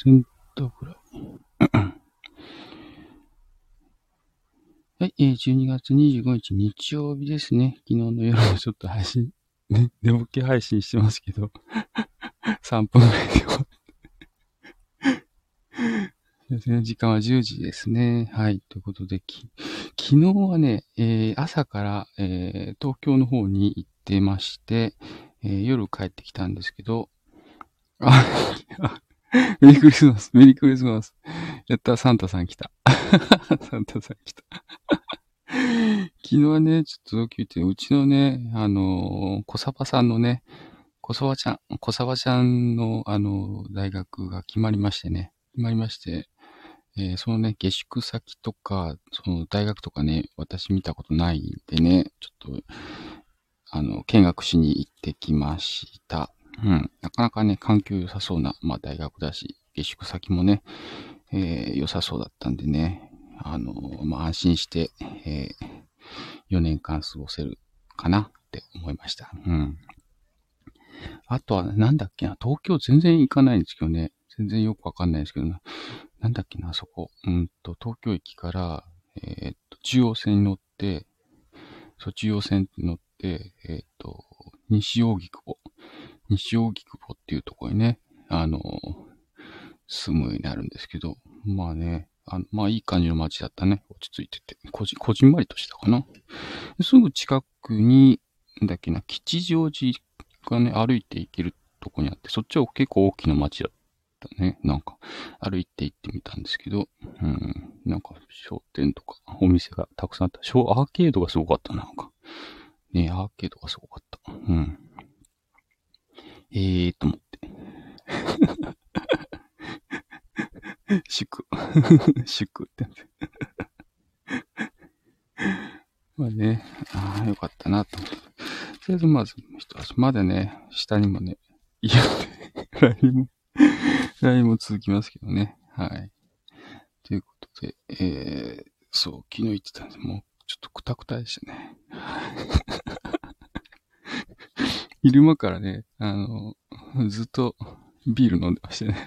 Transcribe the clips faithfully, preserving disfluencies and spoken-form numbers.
セントぐらい。はい、えー、じゅうにがつにじゅうごにち日曜日ですね。昨日の夜もちょっと配信、ね、寝ぼけ配信してますけど、さんぷんぐらいで終わって。時間はじゅうじですね。はい。ということで、き昨日はね、えー、朝から、えー、東京の方に行ってまして、えー、夜帰ってきたんですけど、あ、メリークリスマス、メリークリスマス。やった、サンタさん来た。サンタさん来た。昨日はね、ちょっと同級って、うちのね、あのー、小沢さんのね、小沢ちゃん、小沢ちゃんの、あのー、大学が決まりましてね、決まりまして、えー、そのね、下宿先とか、その大学とかね、私見たことないんでね、ちょっと、あの、見学しに行ってきました。うん。なかなかね、環境良さそうな、まあ大学だし、下宿先もね、えー、良さそうだったんでね、あの、まあ安心して、えー、よねんかん過ごせるかなって思いました。うん。あとは、なんだっけな、東京全然行かないんですけどね、全然よくわかんないですけどな、なんだっけな、そこ。うんと、東京駅から、えー、っと、中央線に乗って、そう、中央線に乗って、えー、っと、西荻窪。西荻窪っていうところにね、あの、住むようになるんですけど、まあね、あのまあいい感じの街だったね。落ち着いてて。こじ、こじんまりとしたかな。すぐ近くに、なんだっけな、吉祥寺がね、歩いて行けるとこにあって、そっちは結構大きな街だったね。なんか、歩いて行ってみたんですけど、うん、なんか商店とかお店がたくさんあった。小アーケードがすごかったな、なんか。ね、アーケードがすごかった。うん。えーと思って。祝。祝ってまあね、ああ、よかったなと思って。とりあえずまず、まだね、下にもね、いや、ラインも、ラインも続きますけどね。はい。ということで、えー、そう、昨日言ってたんで、もう、ちょっとクタクタでしたね。昼間からね、あの、ずっとビール飲んでましたね。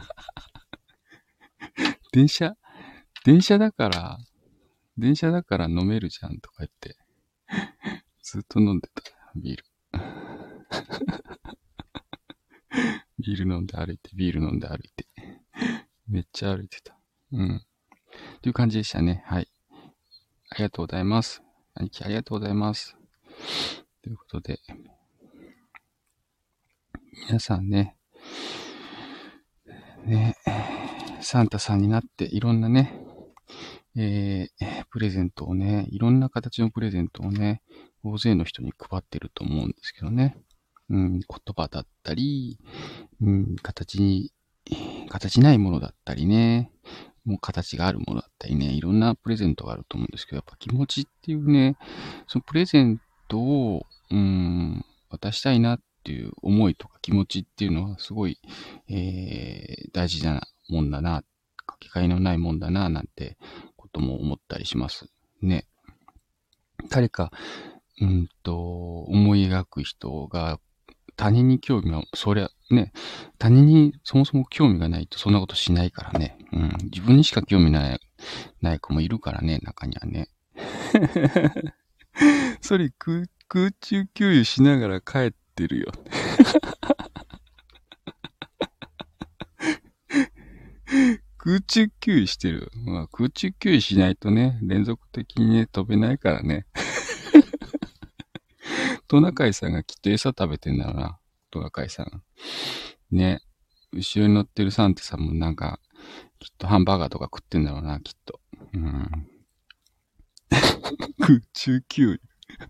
電車、電車だから、電車だから飲めるじゃんとか言って、ずっと飲んでた、ビール。ビール飲んで歩いて、ビール飲んで歩いて。めっちゃ歩いてた。うん。という感じでしたね。はい。ありがとうございます。兄貴ありがとうございます。ということで、皆さんね、ね、サンタさんになっていろんなね、えー、プレゼントをね、いろんな形のプレゼントをね、大勢の人に配ってると思うんですけどね。うん、言葉だったり、うん、形に、形ないものだったりね、もう形があるものだったりね、いろんなプレゼントがあると思うんですけど、やっぱ気持ちっていうね、そのプレゼントを、うん、渡したいなっていう思いとか気持ちっていうのはすごい、えー、大事なもんだな、かけがえのないもんだな、なんてことも思ったりします。ね。誰か、うんと、思い描く人が他人に興味が、そりゃ、ね、他人にそもそも興味がないとそんなことしないからね。うん。自分にしか興味ない、ない子もいるからね、中にはね。それ空、空中給油しながら帰ってるよ。空中給油してる。まあ、空中給油しないとね、連続的にね、飛べないからね。トナカイさんがきっと餌食べてんだろうな。トナカイさん。ね。後ろに乗ってるサンタさんもなんか、きっとハンバーガーとか食ってんだろうな、きっと。うん。空中給油。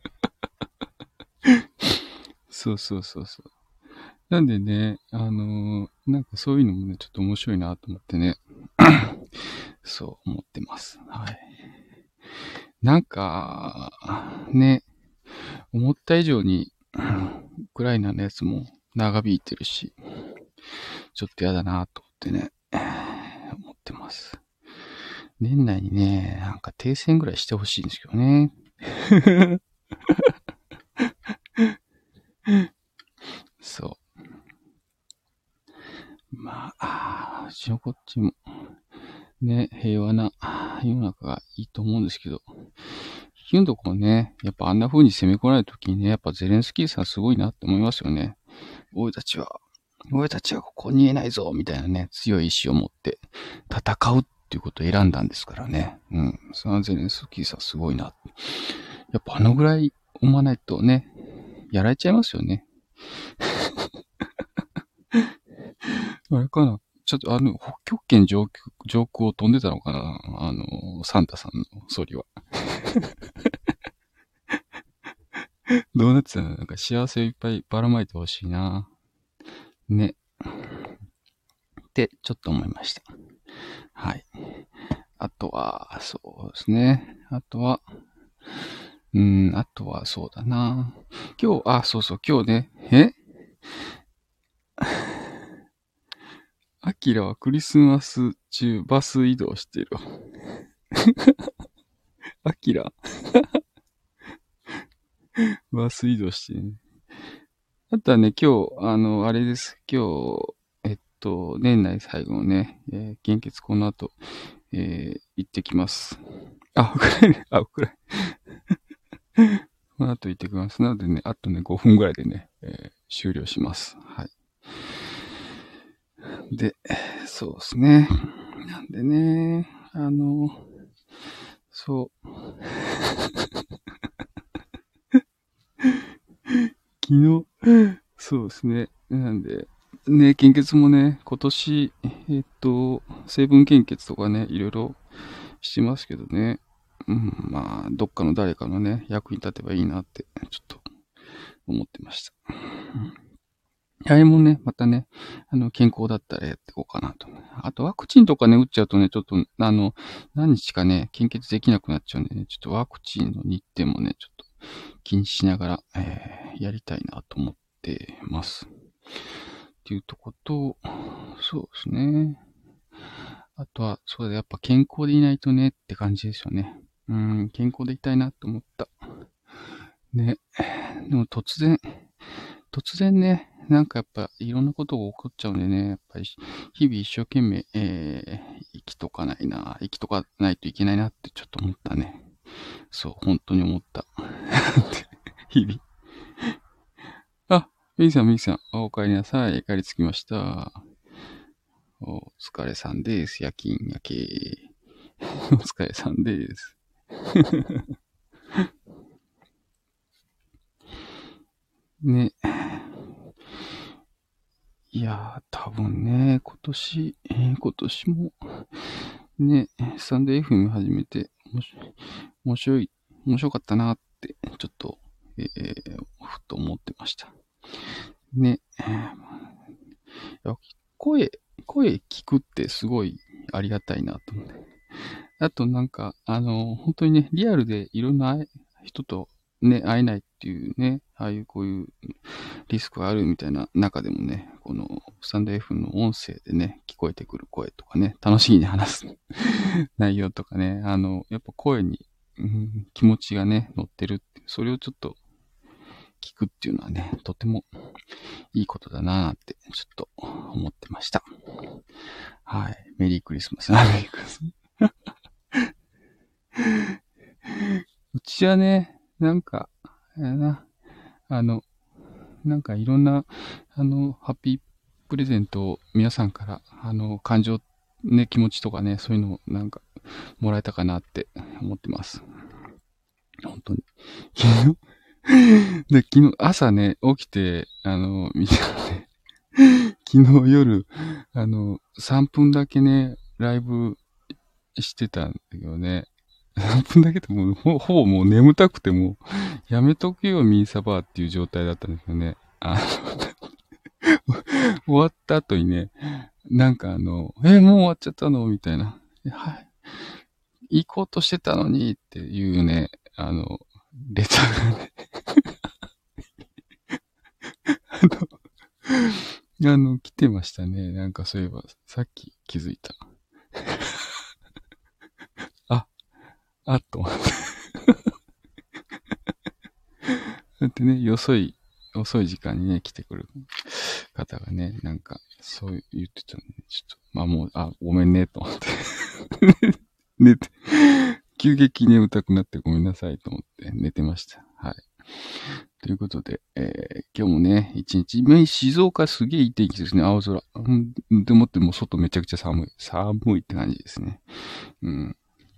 そうそうそうそう。なんでね、あのー、なんかそういうのもね、ちょっと面白いなと思ってね。そう思ってます。はい。なんか、ね、思った以上に、ウクライナのやつも長引いてるし、ちょっとやだなと思ってね、思ってます。年内にね、なんか停戦ぐらいしてほしいんですけどね。そう。まあ、 っちのこっちも、ね、平和な世の中がいいと思うんですけど、ヒュンとこね、やっぱあんな風に攻め込まれるときにね、やっぱゼレンスキーさんすごいなって思いますよね。俺たちは、俺たちはここにいないぞみたいなね、強い意志を持って戦うっていうことを選んだんですからね。うん。そのゼレンスキーさんすごいな。やっぱあのぐらい思わないとね、やられちゃいますよね。あれかなちょっとあの、北極圏上空上空を飛んでたのかなあの、サンタさんのソリは。どうなってたのなんか幸せをいっぱいばらまいてほしいな。ね。ってちょっと思いました。はい。あとは、そうですね。あとは、うん、あとはそうだな。今日、あ、そうそう、今日ね、えアキラはクリスマス中バス移動してる。アキラバス移動してね。あとはね、今日、あの、あれです。今日、えっと、年内最後のね、えー、献血この後、えー、行ってきます。あ、ウクライナ、あ、ウクライナ。この後行ってきます。なのでね、あとね、ごふんぐらいでね、えー、終了します。はい。で、そうですね。なんでね、あの、そう。昨日、そうですね。なんで、ね、献血もね、今年、えっと、成分献血とかね、いろいろしてますけどね。うん、まあ、どっかの誰かのね、役に立てばいいなって、ちょっと思ってました。あれもね、またね、あの、健康だったらやっていこうかなと。あと、ワクチンとかね、打っちゃうとね、ちょっと、あの、何日かね、献血できなくなっちゃうんでね、ちょっとワクチンの日程もね、ちょっと気にしながら、えー、やりたいなと思ってます。っていうとこと、そうですね。あとは、そうだ、やっぱ健康でいないとねって感じですよね。うん、健康でいたいなと思った。ね。でも突然、突然ね、なんかやっぱいろんなことが起こっちゃうんでね、やっぱり日々一生懸命、えー、生きとかないな、生きとかないといけないなってちょっと思ったね。そう、本当に思った。日々。あ、ミキさん、ミキさん、お帰りなさい。帰り着きました。お疲れさんです。夜勤明け。お疲れさんです。ね。いやー、多分ね、今年、えー、今年も、ね、スタンド エフエム 始めて、面白い、面白かったなって、ちょっと、えー、ふと思ってました。ね。声、声聞くってすごいありがたいなと思って。あとなんか、あの、本当にね、リアルでいろんな人とね、会えないっていうね、ああいうこういうリスクがあるみたいな中でもね、このスタンド F の音声でね、聞こえてくる声とかね、楽しみに話す内容とかね、あの、やっぱ声に、うん、気持ちがね、乗ってるって、それをちょっと聞くっていうのはね、とてもいいことだなーって、ちょっと思ってました。はい。メリークリスマス。メリークリスマス。うちはね、なんか、あれな、あの、なんかいろんな、あの、ハッピープレゼントを皆さんから、あの、感情、ね、気持ちとかね、そういうのをなんか、もらえたかなって思ってます。本当に。昨日、で、昨日、朝ね、起きて、あの、見たね、昨日夜、あの、さんぷんだけね、ライブしてたんだけどね、さんぷんだけでもうほ、ほぼもう眠たくてもう、やめとくよ、ミーサバーっていう状態だったんですよね。あの終わった後にね、なんかあの、え、もう終わっちゃったのみたいな。はい。行こうとしてたのにっていうね、あの、レターがね、あの、あの、来てましたね。なんかそういえば、さっき気づいた。あ、あっと思って。だってね、遅い、遅い時間にね、来てくる方がね、なんかそう言ってたね。ちょっと、まあもう、あ、ごめんね、と思って。寝て、急激に眠たくなってごめんなさいと思って寝てました。はい。ということで、えー、今日もね、一日目、静岡すげえいい天気ですね、青空。うん、でもってもう外めちゃくちゃ寒い。寒いって感じですね。うん。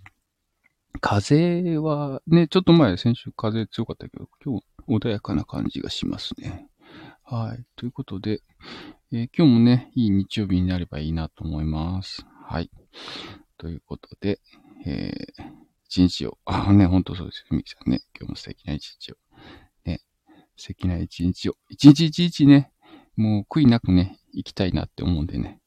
風はね、ちょっと前、先週風強かったけど、今日穏やかな感じがしますね。はい。ということで、えー今日もね、いい日曜日になればいいなと思います。はい。ということで、えー、一日を、あ、ね、ほんとそうですよ。みきさんね、今日も素敵な一日を。ね、素敵な一日を。一日一日ね、もう悔いなくね、生きたいなって思うんでね。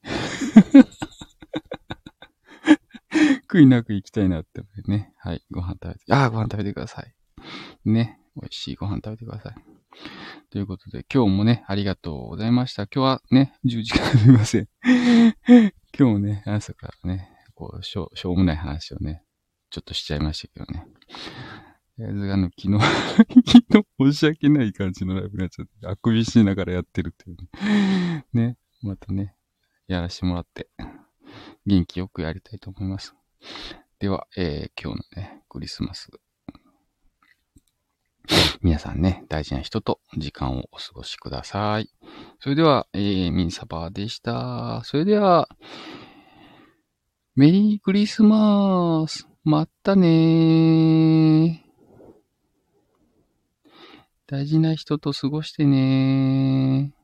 悔いなく生きたいなって思ってね。はい。ご飯食べて、あー、ご飯食べてください。ね。美味しいご飯食べてください。ということで、今日もね、ありがとうございました。今日はね、じゅうじからすみません。今日もね、朝からね、こう、しょう、しょうもない話をね、ちょっとしちゃいましたけどね。とりあえず、あの、昨日、昨日申し訳ない感じのライブになっちゃって、あくびしながらやってるっていうね。ね、またね、やらせてもらって、元気よくやりたいと思います。では、えー、今日のね、クリスマス。皆さんね、大事な人と時間をお過ごしください。それでは、えー、ミンサバでした。それでは、メリークリスマス。またねー。大事な人と過ごしてねー。